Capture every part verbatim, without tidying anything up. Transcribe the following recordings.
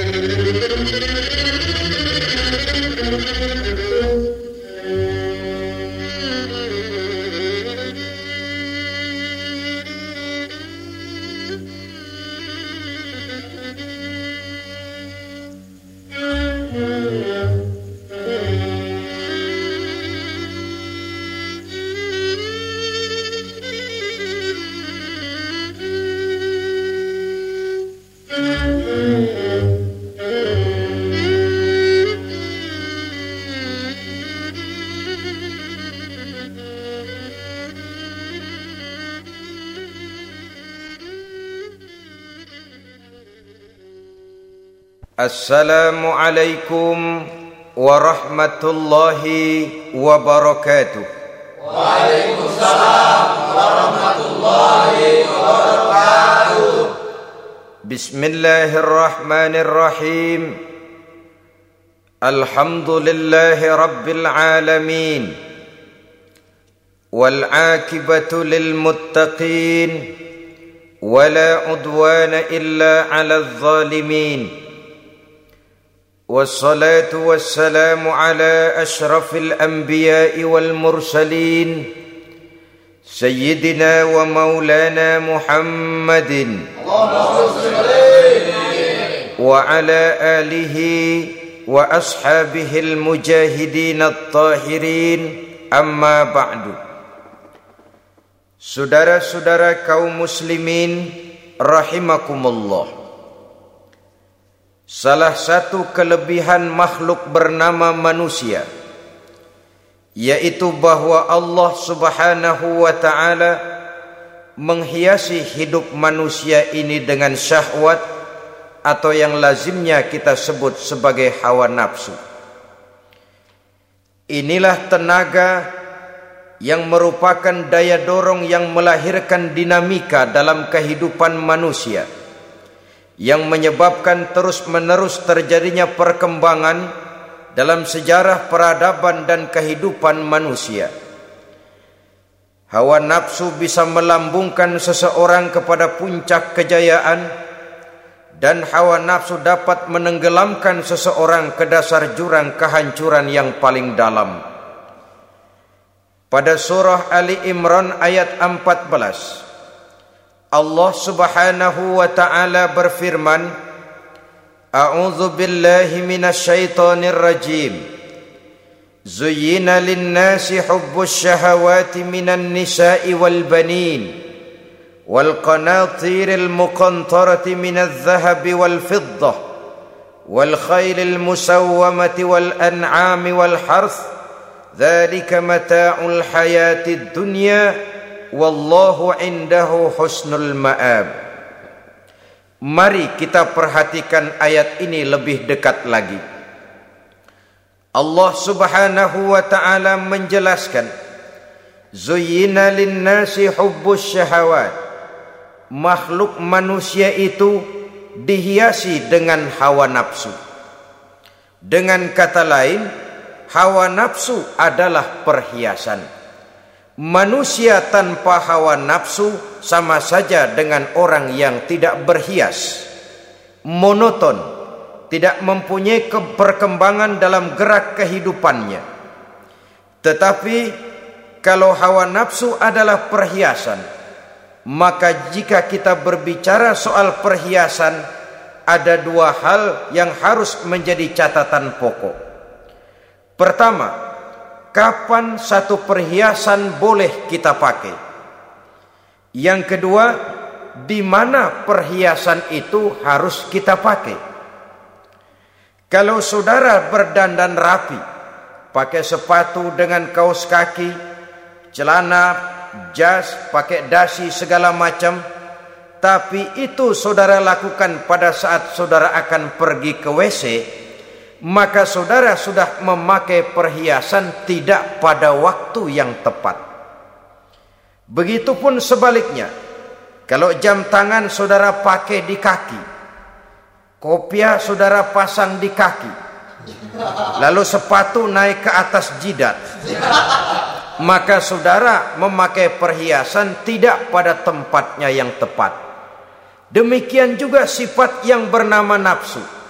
Assalamualaikum warahmatullahi wabarakatuh. Waalaikumsalam warahmatullahi wabarakatuh. Bismillahirrahmanirrahim. Alhamdulillahi rabbil alamin. Wal aqibatu lil muttaqin. Wala udwana illa 'alal zalimin. والصلاة والسلام على أشرف الأنبياء والمرسلين سيدنا ومولانا محمد وعلى آله وأصحابه المجاهدين الطاهرين أما بعد. Saudara-saudara kaum muslimin rahimakumullah. Salah satu kelebihan makhluk bernama manusia, yaitu bahwa Allah subhanahu wa ta'ala menghiasi hidup manusia ini dengan syahwat atau yang lazimnya kita sebut sebagai hawa nafsu. Inilah tenaga yang merupakan daya dorong yang melahirkan dinamika dalam kehidupan manusia, yang menyebabkan terus-menerus terjadinya perkembangan dalam sejarah peradaban dan kehidupan manusia. Hawa nafsu bisa melambungkan seseorang kepada puncak kejayaan, dan hawa nafsu dapat menenggelamkan seseorang ke dasar jurang kehancuran yang paling dalam. Pada surah Ali Imran ayat empat belas, Allah subhanahu wa ta'ala berfirman, A'udzu billahi minasyaitonir rajim. Zuyyina lin-nasi hubbus syahawati minan nisa'i wal banin wal qanatiril muqantarati minadh dhahabi wal fiddah wal khaylil musawwamati wal an'ami wal harth. Dzalika mata'ul hayatid dunya wallahu indahu husnul ma'ab. Mari kita perhatikan ayat ini lebih dekat lagi. Allah subhanahu wa ta'ala menjelaskan, Zuyyina linnasi hubbus syahawat. Makhluk manusia itu dihiasi dengan hawa nafsu. Dengan kata lain, hawa nafsu adalah perhiasan. Manusia tanpa hawa nafsu sama saja dengan orang yang tidak berhias, monoton, tidak mempunyai perkembangan dalam gerak kehidupannya. Tetapi kalau hawa nafsu adalah perhiasan, maka jika kita berbicara soal perhiasan, ada dua hal yang harus menjadi catatan pokok. Pertama, kapan satu perhiasan boleh kita pakai? Yang kedua, di mana perhiasan itu harus kita pakai? Kalau saudara berdandan rapi, pakai sepatu dengan kaos kaki, celana, jas, pakai dasi segala macam, tapi itu saudara lakukan pada saat saudara akan pergi ke W C, maka saudara sudah memakai perhiasan tidak pada waktu yang tepat. Begitupun sebaliknya, kalau jam tangan saudara pakai di kaki, kopiah saudara pasang di kaki, lalu sepatu naik ke atas jidat, maka saudara memakai perhiasan tidak pada tempatnya yang tepat. Demikian juga sifat yang bernama nafsu.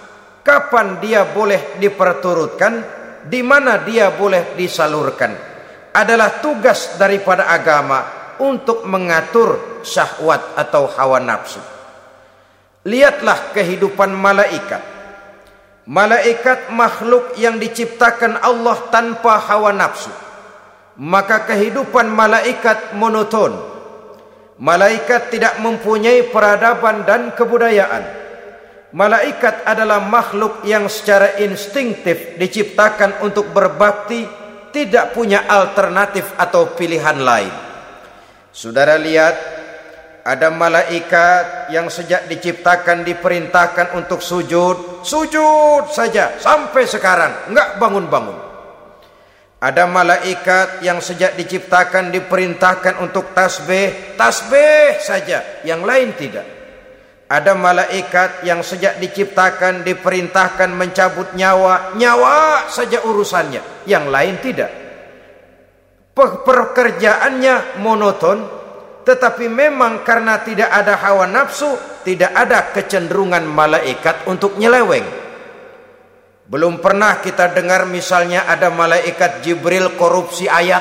kapan dia boleh diperturutkan, di mana dia boleh disalurkan. Adalah tugas daripada agama untuk mengatur syahwat atau hawa nafsu. Lihatlah kehidupan malaikat. Malaikat makhluk yang diciptakan Allah tanpa hawa nafsu. Maka kehidupan malaikat monoton. Malaikat tidak mempunyai peradaban dan kebudayaan. Malaikat adalah makhluk yang secara instinktif diciptakan untuk berbakti, tidak punya alternatif atau pilihan lain. Saudara lihat, ada malaikat yang sejak diciptakan diperintahkan untuk sujud, sujud saja sampai sekarang, enggak bangun-bangun. Ada malaikat yang sejak diciptakan diperintahkan untuk tasbih, tasbih saja, yang lain tidak. Ada malaikat yang sejak diciptakan diperintahkan mencabut nyawa, nyawa saja urusannya, yang lain tidak. Pekerjaannya monoton, tetapi memang karena tidak ada hawa nafsu, tidak ada kecenderungan malaikat untuk nyeleweng. Belum pernah kita dengar misalnya ada malaikat Jibril korupsi ayat.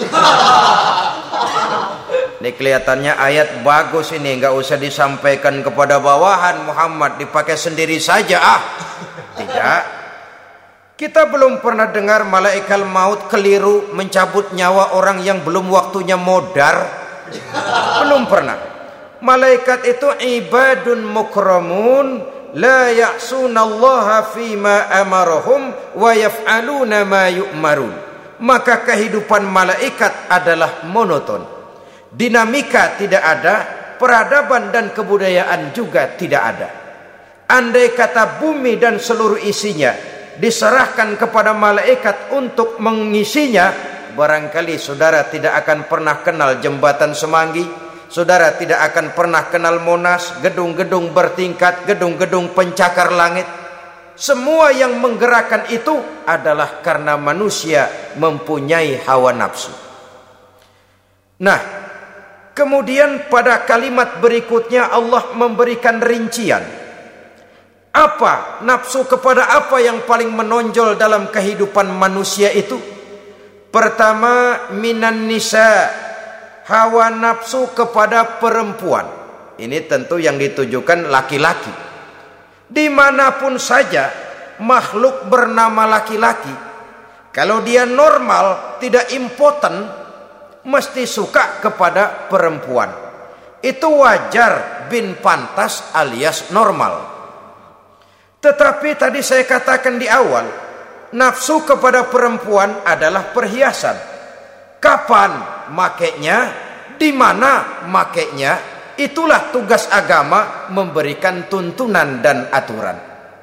Ini kelihatannya ayat bagus ini, nggak usah disampaikan kepada bawahan Muhammad, dipakai sendiri saja ah. Tidak. Kita belum pernah dengar malaikat maut keliru mencabut nyawa orang yang belum waktunya modar. Belum pernah. Malaikat itu ibadun mukramun, la ya'sunallaha fima amarahum wa yaf'aluna ma yu'marun. Maka kehidupan malaikat adalah monoton. Dinamika tidak ada, peradaban dan kebudayaan juga tidak ada. Andai kata bumi dan seluruh isinya diserahkan kepada malaikat untuk mengisinya, barangkali saudara tidak akan pernah kenal jembatan Semanggi, saudara tidak akan pernah kenal Monas, gedung-gedung bertingkat, gedung-gedung pencakar langit. Semua yang menggerakkan itu adalah karena manusia mempunyai hawa nafsu. Nah, kemudian pada kalimat berikutnya Allah memberikan rincian. Apa nafsu kepada apa yang paling menonjol dalam kehidupan manusia itu? Pertama, minan nisa, hawa nafsu kepada perempuan. Ini tentu yang ditujukan laki-laki. Dimanapun saja makhluk bernama laki-laki, kalau dia normal, tidak impoten, mesti suka kepada perempuan. Itu wajar bin pantas alias normal. Tetapi tadi saya katakan di awal, nafsu kepada perempuan adalah perhiasan. Kapan makainya, di mana makainya, itulah tugas agama memberikan tuntunan dan aturan.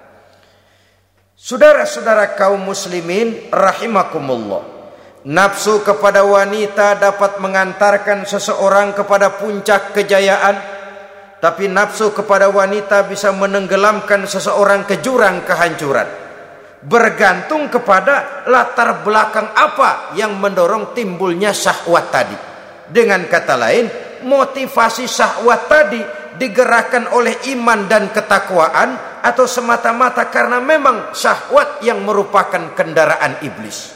Saudara-saudara kaum muslimin rahimakumullah, nafsu kepada wanita dapat mengantarkan seseorang kepada puncak kejayaan, tapi nafsu kepada wanita bisa menenggelamkan seseorang ke jurang kehancuran. Bergantung kepada latar belakang apa yang mendorong timbulnya syahwat tadi. Dengan kata lain, motivasi syahwat tadi digerakkan oleh iman dan ketakwaan, atau semata-mata karena memang syahwat yang merupakan kendaraan iblis.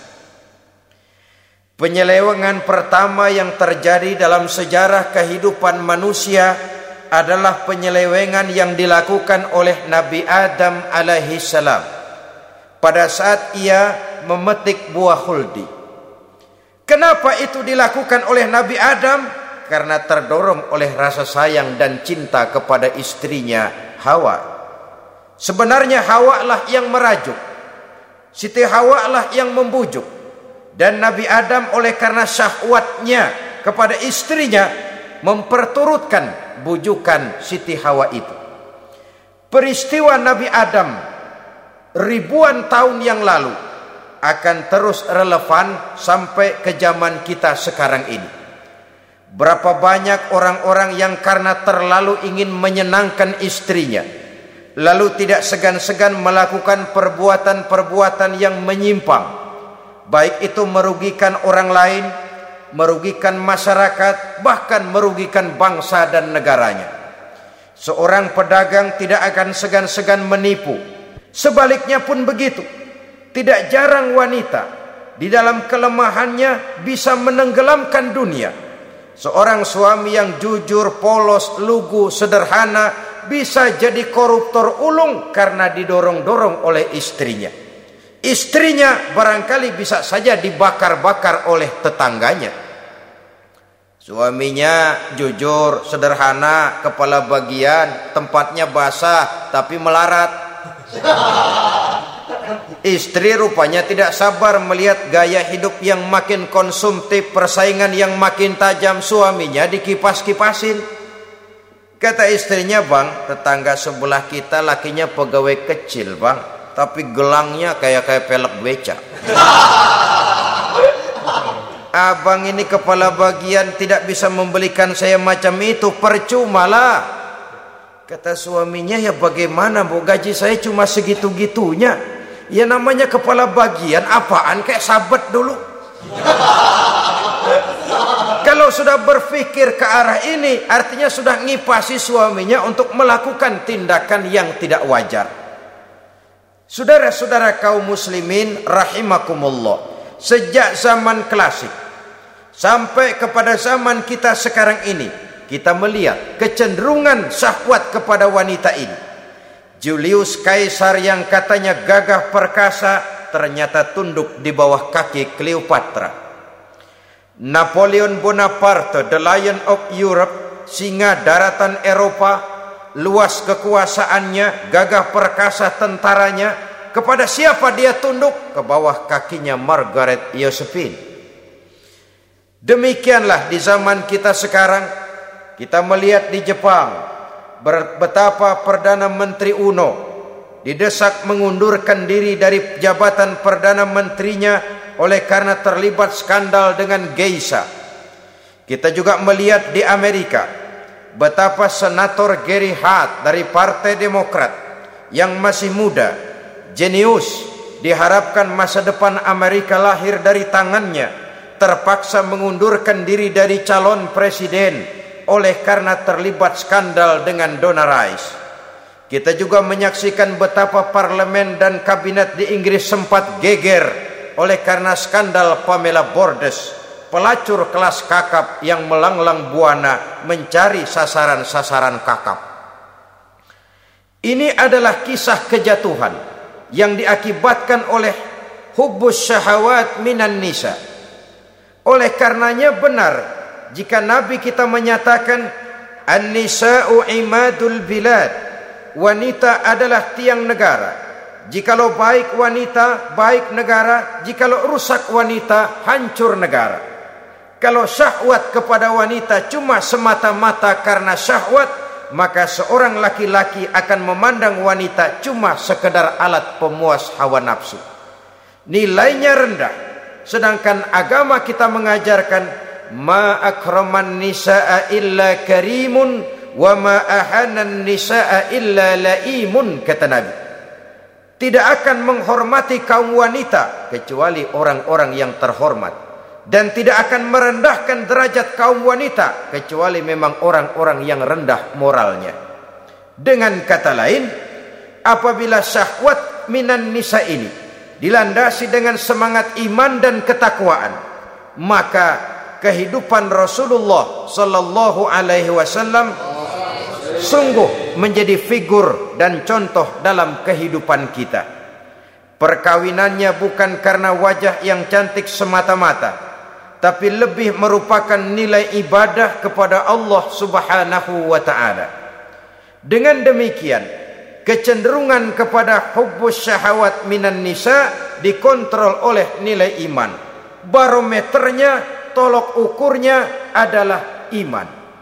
Penyelewengan pertama yang terjadi dalam sejarah kehidupan manusia adalah penyelewengan yang dilakukan oleh Nabi Adam alaihi salam pada saat ia memetik buah khuldi. Kenapa itu dilakukan oleh Nabi Adam? Karena terdorong oleh rasa sayang dan cinta kepada istrinya Hawa. Sebenarnya Hawa lah yang merajuk, Siti Hawa lah yang membujuk, dan Nabi Adam oleh karena syahwatnya kepada istrinya memperturutkan bujukan Siti Hawa itu. Peristiwa Nabi Adam ribuan tahun yang lalu akan terus relevan sampai ke zaman kita sekarang ini. Berapa banyak orang-orang yang karena terlalu ingin menyenangkan istrinya, lalu tidak segan-segan melakukan perbuatan-perbuatan yang menyimpang, baik itu merugikan orang lain, merugikan masyarakat, bahkan merugikan bangsa dan negaranya. Seorang pedagang tidak akan segan-segan menipu, Sebaliknya pun begitu. Tidak jarang wanita di dalam kelemahannya bisa menenggelamkan dunia. Seorang suami yang jujur, polos, lugu, sederhana bisa jadi koruptor ulung karena didorong-dorong oleh istrinya. Istrinya barangkali bisa saja dibakar-bakar oleh tetangganya. Suaminya jujur, sederhana, kepala bagian, tempatnya basah tapi melarat. Istri rupanya tidak sabar melihat gaya hidup yang makin konsumtif, persaingan yang makin tajam. Suaminya dikipas-kipasin. Kata istrinya, "Bang, tetangga sebelah kita lakinya pegawai kecil, Bang, tapi gelangnya kayak kayak pelek beca. Abang ini kepala bagian tidak bisa membelikan saya macam itu, percumalah." Kata suaminya, "Ya bagaimana, Bu, gaji saya cuma segitu-gitunya." Ya namanya kepala bagian, apaan, kayak sabet dulu. Kalau sudah berpikir ke arah ini, artinya sudah ngipasi suaminya untuk melakukan tindakan yang tidak wajar. Saudara-saudara kaum muslimin rahimakumullah, sejak zaman klasik sampai kepada zaman kita sekarang ini, kita melihat kecenderungan syahwat kepada wanita ini. Julius Kaisar yang katanya gagah perkasa ternyata tunduk di bawah kaki Cleopatra. Napoleon Bonaparte, the Lion of Europe, singa daratan Eropa, luas kekuasaannya, gagah perkasa tentaranya, kepada siapa dia tunduk? Ke bawah kakinya Margaret Josephine. Demikianlah di zaman kita sekarang, kita melihat di Jepang betapa Perdana Menteri Uno didesak mengundurkan diri dari jabatan Perdana Menterinya oleh karena terlibat skandal dengan geisha. Kita juga melihat di Amerika betapa Senator Gary Hart dari Partai Demokrat yang masih muda, jenius, diharapkan masa depan Amerika lahir dari tangannya, terpaksa mengundurkan diri dari calon presiden oleh karena terlibat skandal dengan Donna Rice. Kita juga menyaksikan betapa parlemen dan kabinet di Inggris sempat geger oleh karena skandal Pamela Bordes, pelacur kelas kakap yang melanglang buana mencari sasaran-sasaran kakap. Ini adalah kisah kejatuhan yang diakibatkan oleh hubbus syahawat minan nisa. Oleh karenanya benar jika Nabi kita menyatakan an-nisa'u imadul bilad, wanita adalah tiang negara. Jikalau baik wanita, baik negara. Jikalau rusak wanita, hancur negara. Kalau syahwat kepada wanita cuma semata-mata karena syahwat, maka seorang laki-laki akan memandang wanita cuma sekedar alat pemuas hawa nafsu. Nilainya rendah. Sedangkan agama kita mengajarkan ma akraman nisaa illa karimun wa ma ahanan nisaa illa laimun, kata Nabi. Tidak akan menghormati kaum wanita kecuali orang-orang yang terhormat, dan tidak akan merendahkan derajat kaum wanita kecuali memang orang-orang yang rendah moralnya. Dengan kata lain, apabila syahwat minan nisa ini dilandasi dengan semangat iman dan ketakwaan, maka kehidupan Rasulullah sallallahu alaihi wasallam sungguh menjadi figur dan contoh dalam kehidupan kita. Perkawinannya bukan karena wajah yang cantik semata-mata, tapi lebih merupakan nilai ibadah kepada Allah Subhanahu wa taala. Dengan demikian, kecenderungan kepada hubbus syahawat minan nisa dikontrol oleh nilai iman. Barometernya, tolok ukurnya adalah iman.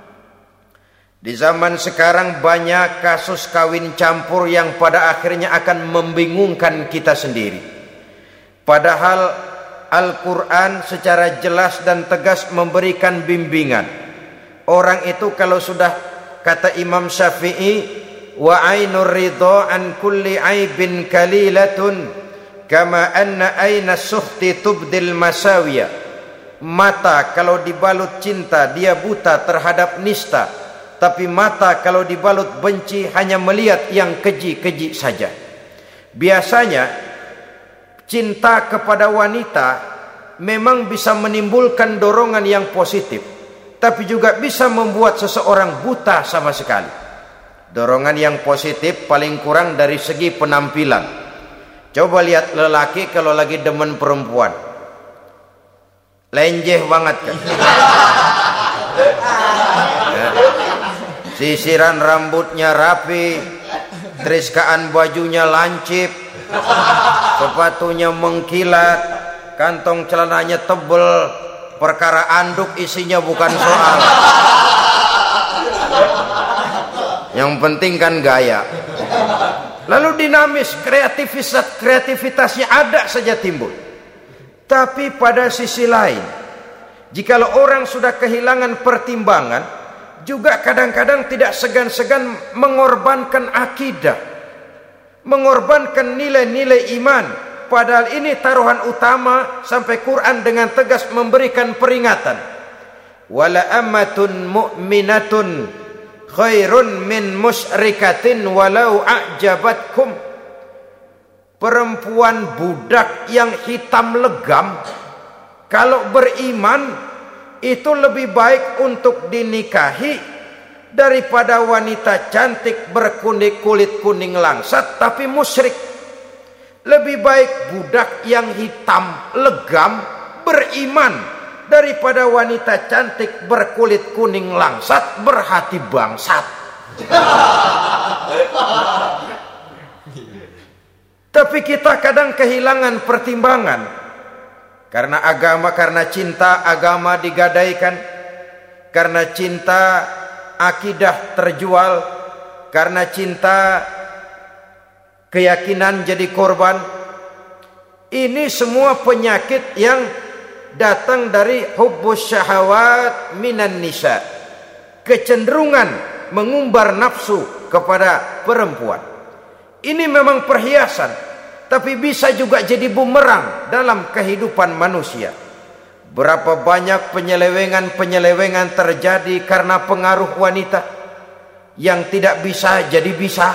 Di zaman sekarang banyak kasus kawin campur yang pada akhirnya akan membingungkan kita sendiri. Padahal Al-Quran secara jelas dan tegas memberikan bimbingan. Orang itu kalau sudah, kata Imam Syafi'i, wa ainur ridha an kulli aibin kalilatun kama anna aina suhti tubdil masawiya. Mata kalau dibalut cinta dia buta terhadap nista, tapi mata kalau dibalut benci hanya melihat yang keji-keji saja. Biasanya cinta kepada wanita memang bisa menimbulkan dorongan yang positif, tapi juga bisa membuat seseorang buta sama sekali. Dorongan yang positif paling kurang dari segi penampilan. Coba lihat lelaki kalau lagi demen perempuan, lenjeh banget kan. Ya. Sisiran rambutnya rapi, triskaan bajunya lancip, sepatunya mengkilat, kantong celananya tebel, perkara anduk isinya bukan soal. Yang penting kan gaya. Lalu dinamis, kreativitas kreativitasnya ada saja timbul. Tapi pada sisi lain, jikalau orang sudah kehilangan pertimbangan, juga kadang-kadang tidak segan-segan mengorbankan akidah, mengorbankan nilai-nilai iman. Padahal ini taruhan utama, sampai Quran dengan tegas memberikan peringatan. Wala ammatun mu'minatun khairun min musyrikatin walau a'jabatkum. Perempuan budak yang hitam legam, kalau beriman itu lebih baik untuk dinikahi daripada wanita cantik berkulit kulit kuning langsat tapi musyrik. Lebih baik budak yang hitam legam beriman daripada wanita cantik berkulit kuning langsat berhati bangsat. Tapi kita kadang kehilangan pertimbangan. Karena agama, karena cinta agama digadaikan, karena cinta akidah terjual, karena cinta keyakinan jadi korban. Ini semua penyakit yang datang dari hubbus syahawat minan nisa, kecenderungan mengumbar nafsu kepada perempuan. Ini memang perhiasan, tapi bisa juga jadi bumerang dalam kehidupan manusia. Berapa banyak penyelewengan-penyelewengan terjadi karena pengaruh wanita yang tidak bisa jadi bisa.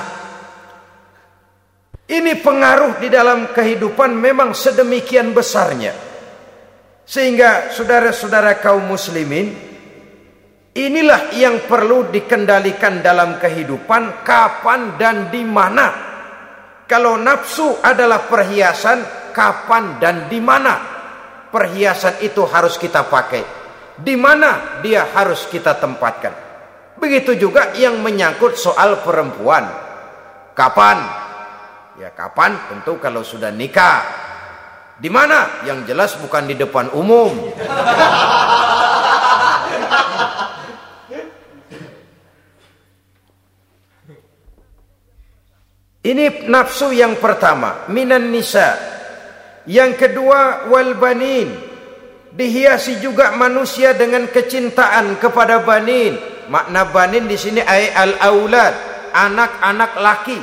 Ini pengaruh di dalam kehidupan memang sedemikian besarnya, sehingga saudara-saudara kaum muslimin, inilah yang perlu dikendalikan dalam kehidupan, kapan dan di mana. Kalau nafsu adalah perhiasan, kapan dan di mana perhiasan itu harus kita pakai, di mana dia harus kita tempatkan. Begitu juga yang menyangkut soal perempuan. Kapan? Ya kapan tentu kalau sudah nikah. Di mana? Yang jelas bukan di depan umum. Ini nafsu yang pertama, minan nisa. Yang kedua, wal banin. Dihiasi juga manusia dengan kecintaan kepada banin. Makna banin di sini ay al aulad, anak-anak laki.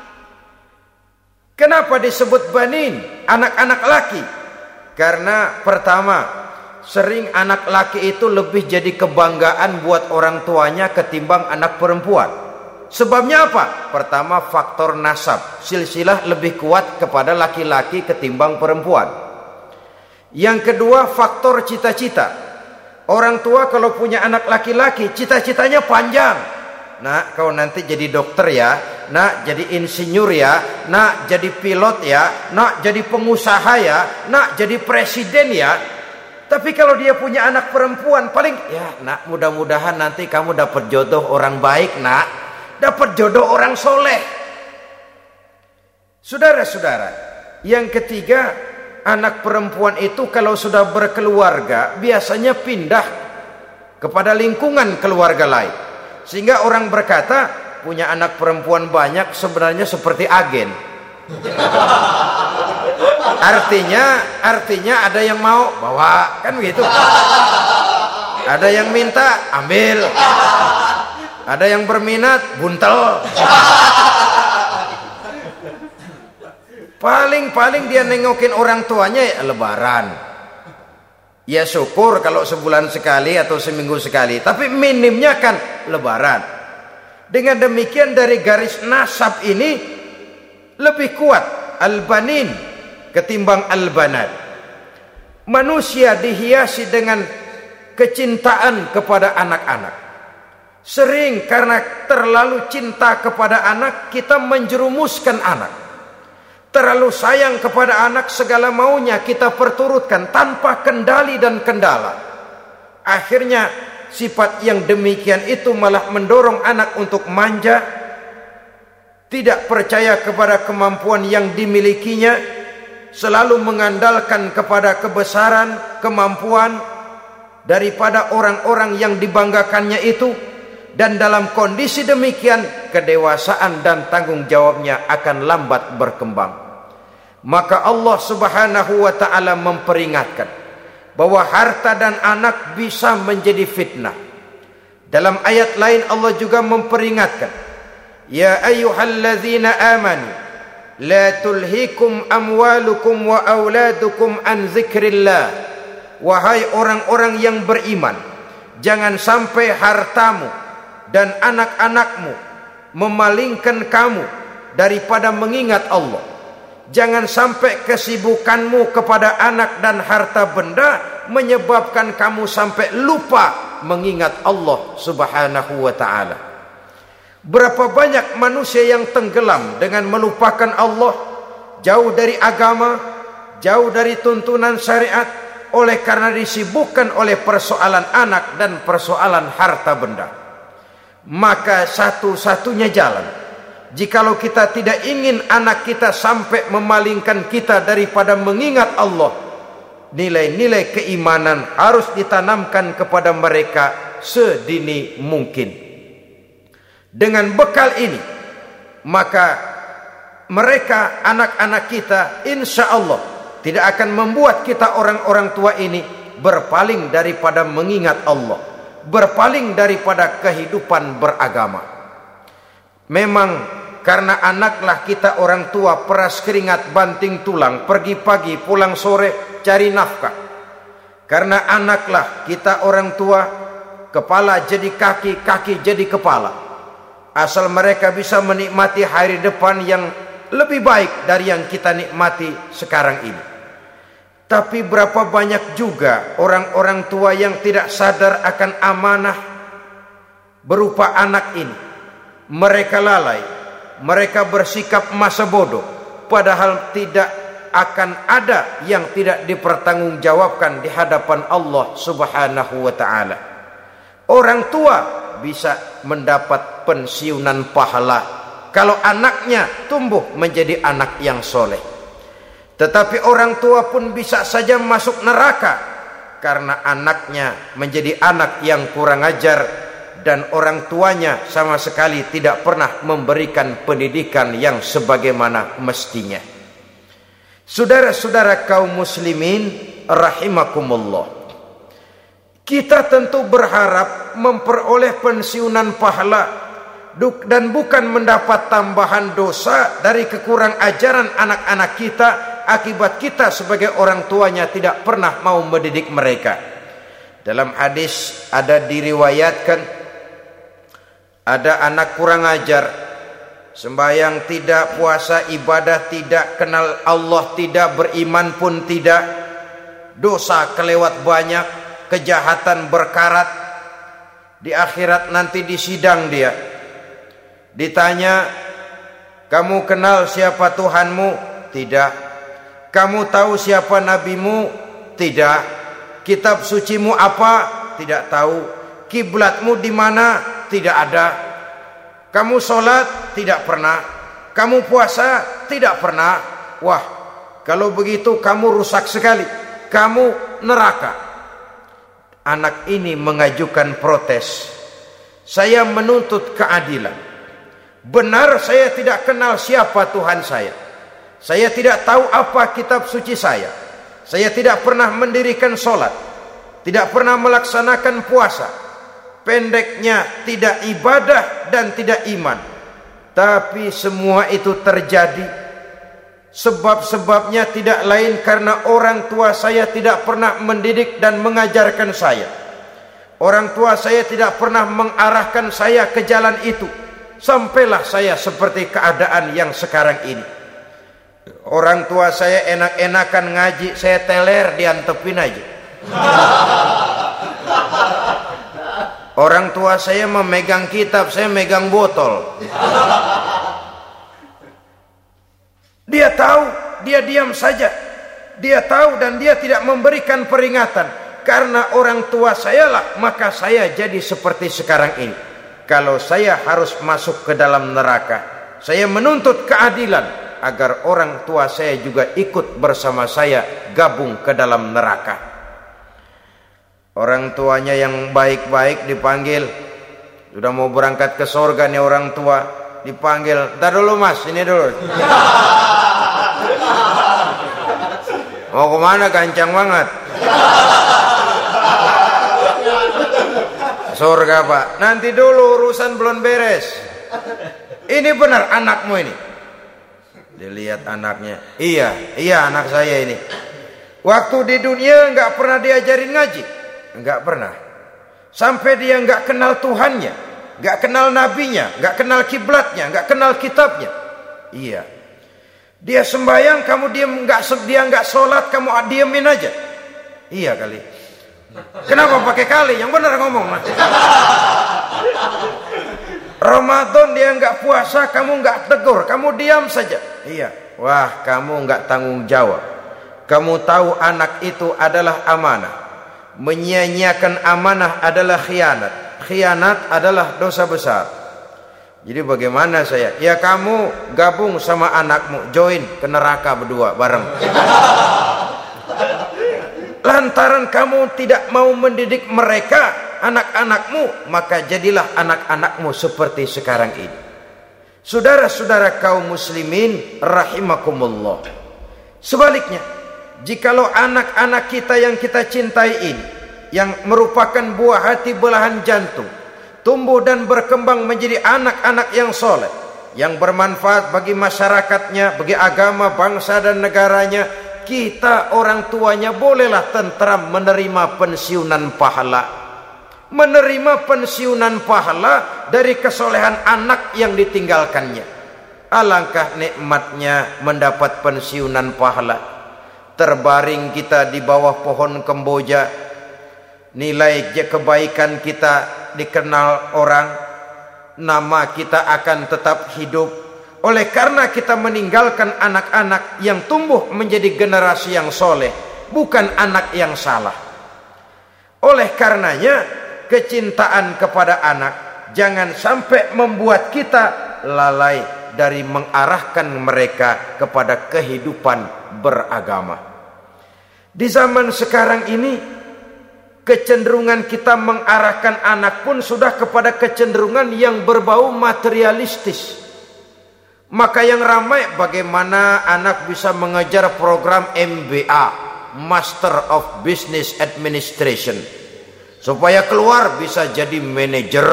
Kenapa disebut banin, anak-anak laki? Karena pertama, sering anak laki itu lebih jadi kebanggaan buat orang tuanya ketimbang anak perempuan. Sebabnya apa? Pertama, faktor nasab, silsilah lebih kuat kepada laki-laki ketimbang perempuan. Yang kedua, faktor cita-cita. Orang tua kalau punya anak laki-laki, cita-citanya panjang. Nak, kau nanti jadi dokter ya. Nak, jadi insinyur ya. Nak, jadi pilot ya. Nak, jadi pengusaha ya. Nak, jadi presiden ya. Tapi kalau dia punya anak perempuan, paling ya nak, mudah-mudahan nanti kamu dapat jodoh orang baik nak. Dapat jodoh orang soleh. Saudara-saudara, yang ketiga, anak perempuan itu kalau sudah berkeluarga biasanya pindah kepada lingkungan keluarga lain, sehingga orang berkata punya anak perempuan banyak sebenarnya seperti agen. Artinya, artinya ada yang mau bawa, kan begitu. Ada yang minta ambil. Ada yang berminat buntel. Paling-paling dia nengokin orang tuanya ya lebaran. Ya syukur kalau sebulan sekali atau seminggu sekali, tapi minimnya kan lebaran. Dengan demikian dari garis nasab ini lebih kuat al-banin ketimbang al-banat. Manusia dihiasi dengan kecintaan kepada anak-anak. Sering karena terlalu cinta kepada anak, kita menjerumuskan anak. Terlalu sayang kepada anak, segala maunya kita perturutkan tanpa kendali dan kendala. Akhirnya sifat yang demikian itu malah mendorong anak untuk manja, tidak percaya kepada kemampuan yang dimilikinya, selalu mengandalkan kepada kebesaran, kemampuan daripada orang-orang yang dibanggakannya itu. Dan dalam kondisi demikian, kedewasaan dan tanggung jawabnya akan lambat berkembang. Maka Allah Subhanahu wa ta'ala memperingatkan bahwa harta dan anak bisa menjadi fitnah. Dalam ayat lain Allah juga memperingatkan, ya ayyuhalladzina amanu la tulhikum amwalukum wa auladukum an zikrillah. Wahai orang-orang yang beriman, jangan sampai hartamu dan anak-anakmu memalingkan kamu daripada mengingat Allah. Jangan sampai kesibukanmu kepada anak dan harta benda menyebabkan kamu sampai lupa mengingat Allah Subhanahu wa ta'ala. Berapa banyak manusia yang tenggelam dengan melupakan Allah, jauh dari agama, jauh dari tuntunan syariat, oleh karena disibukkan oleh persoalan anak dan persoalan harta benda. Maka satu-satunya jalan, jikalau kita tidak ingin anak kita sampai memalingkan kita daripada mengingat Allah, nilai-nilai keimanan harus ditanamkan kepada mereka sedini mungkin. Dengan bekal ini, maka mereka, anak-anak kita, insya Allah tidak akan membuat kita orang-orang tua ini berpaling daripada mengingat Allah, berpaling daripada kehidupan beragama. Memang karena anaklah kita orang tua peras keringat banting tulang, pergi pagi pulang sore cari nafkah. Karena anaklah kita orang tua, kepala jadi kaki, kaki jadi kepala. Asal mereka bisa menikmati hari depan yang lebih baik dari yang kita nikmati sekarang ini. Tapi berapa banyak juga orang-orang tua yang tidak sadar akan amanah berupa anak ini. Mereka lalai, mereka bersikap masa bodoh, padahal tidak akan ada yang tidak dipertanggungjawabkan di hadapan Allah Subhanahu wa ta'ala. Orang tua bisa mendapat pensiunan pahala kalau anaknya tumbuh menjadi anak yang soleh. Tetapi orang tua pun bisa saja masuk neraka karena anaknya menjadi anak yang kurang ajar dan orang tuanya sama sekali tidak pernah memberikan pendidikan yang sebagaimana mestinya. Saudara-saudara kaum muslimin rahimakumullah, kita tentu berharap memperoleh pensiunan pahala dan bukan mendapat tambahan dosa dari kekurang ajaran anak-anak kita akibat kita sebagai orang tuanya tidak pernah mau mendidik mereka. Dalam hadis ada diriwayatkan, ada anak kurang ajar, sembahyang tidak, puasa ibadah tidak, kenal Allah tidak, beriman pun tidak, dosa kelewat banyak, kejahatan berkarat. Di akhirat nanti disidang dia, ditanya, kamu kenal siapa Tuhanmu? Tidak. Kamu tahu siapa nabimu? Tidak. Kitab sucimu apa? Tidak tahu. Kiblatmu di mana? Tidak ada. Kamu sholat? Tidak pernah. Kamu puasa? Tidak pernah. Wah, kalau begitu kamu rusak sekali, kamu neraka. Anak ini mengajukan protes. Saya menuntut keadilan. Benar saya tidak kenal siapa Tuhan saya. Saya tidak tahu apa kitab suci saya. Saya tidak pernah mendirikan sholat, tidak pernah melaksanakan puasa. Pendeknya tidak ibadah dan tidak iman. Tapi semua itu terjadi, sebab-sebabnya tidak lain karena orang tua saya tidak pernah mendidik dan mengajarkan saya. Orang tua saya tidak pernah mengarahkan saya ke jalan itu. Sampailah saya seperti keadaan yang sekarang ini. Orang tua saya enak-enakan ngaji, saya teler diantepin aja. Orang tua saya memegang kitab, saya megang botol. Dia tahu, dia diam saja. Dia tahu dan dia tidak memberikan peringatan. Karena orang tua saya lah, maka saya jadi seperti sekarang ini. Kalau saya harus masuk ke dalam neraka, saya menuntut keadilan agar orang tua saya juga ikut bersama saya gabung ke dalam neraka. Orang tuanya yang baik-baik dipanggil, sudah mau berangkat ke surga nih orang tua, dipanggil, "Ntar dulu mas, ini dulu." Mau kemana, gancang banget? Surga pak. Nanti dulu, urusan belum beres. Ini benar anakmu ini? Dilihat anaknya, iya, iya anak saya ini. Waktu di dunia nggak pernah diajarin ngaji, nggak pernah. Sampai dia nggak kenal Tuhannya, nggak kenal nabinya, nggak kenal kiblatnya, nggak kenal kitabnya. Iya. Dia sembahyang, kamu diam, nggak dia nggak sholat, kamu diemin aja. Iya kali. Kenapa pakai kali? Yang benar ngomong. Ramadan dia nggak puasa, kamu nggak tegur, kamu diam saja. Iya. Wah, kamu nggak tanggung jawab. Kamu tahu anak itu adalah amanah. Menyia-nyiakan amanah adalah khianat. Khianat adalah dosa besar. Jadi bagaimana saya? Ya kamu gabung sama anakmu, join ke neraka berdua bareng. Lantaran kamu tidak mau mendidik mereka, anak-anakmu, maka jadilah anak-anakmu seperti sekarang ini. Saudara-saudara kaum muslimin rahimakumullah. Sebaliknya, jikalau anak-anak kita yang kita cintai ini, yang merupakan buah hati belahan jantung, tumbuh dan berkembang menjadi anak-anak yang soleh, yang bermanfaat bagi masyarakatnya, bagi agama, bangsa dan negaranya, kita orang tuanya bolehlah tentram menerima pensiunan pahala. Menerima pensiunan pahala dari kesolehan anak yang ditinggalkannya. Alangkah nikmatnya mendapat pensiunan pahala. Terbaring kita di bawah pohon kemboja, nilai kebaikan kita dikenal orang, nama kita akan tetap hidup. Oleh karena kita meninggalkan anak-anak yang tumbuh menjadi generasi yang soleh, bukan anak yang salah. Oleh karenanya, kecintaan kepada anak jangan sampai membuat kita lalai dari mengarahkan mereka kepada kehidupan beragama. Di zaman sekarang ini, kecenderungan kita mengarahkan anak pun sudah kepada kecenderungan yang berbau materialistis. Maka yang ramai bagaimana anak bisa mengejar program M B A, Master of Business Administration, supaya keluar bisa jadi manajer.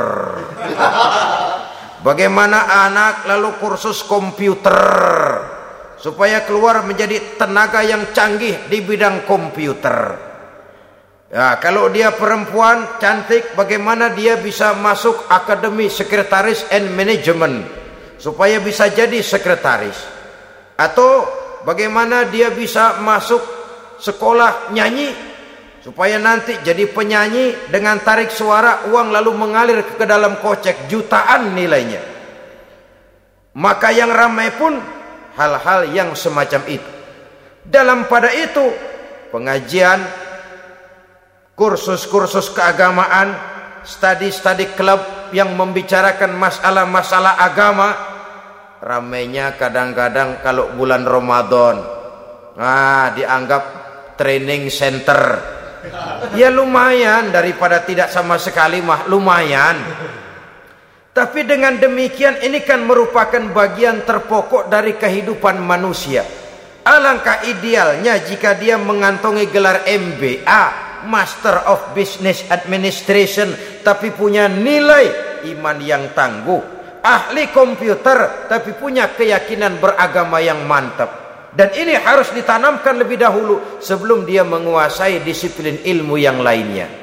Bagaimana anak lalu kursus komputer, supaya keluar menjadi tenaga yang canggih di bidang komputer. Ya, kalau dia perempuan cantik, bagaimana dia bisa masuk akademi sekretaris and management, supaya bisa jadi sekretaris. Atau bagaimana dia bisa masuk sekolah nyanyi, supaya nanti jadi penyanyi dengan tarik suara, uang lalu mengalir ke dalam kocek jutaan nilainya. Maka yang ramai pun hal-hal yang semacam itu. Dalam pada itu, pengajian, kursus-kursus keagamaan, studi-studi klub yang membicarakan masalah-masalah agama, ramainya kadang-kadang kalau bulan Ramadan, nah dianggap training center. Ya lumayan, daripada tidak sama sekali mah lumayan. Tapi dengan demikian ini kan merupakan bagian terpokok dari kehidupan manusia. Alangkah idealnya jika dia mengantongi gelar M B A, Master of Business Administration, tapi punya nilai iman yang tangguh, ahli komputer tapi punya keyakinan beragama yang mantap. Dan ini harus ditanamkan lebih dahulu sebelum dia menguasai disiplin ilmu yang lainnya.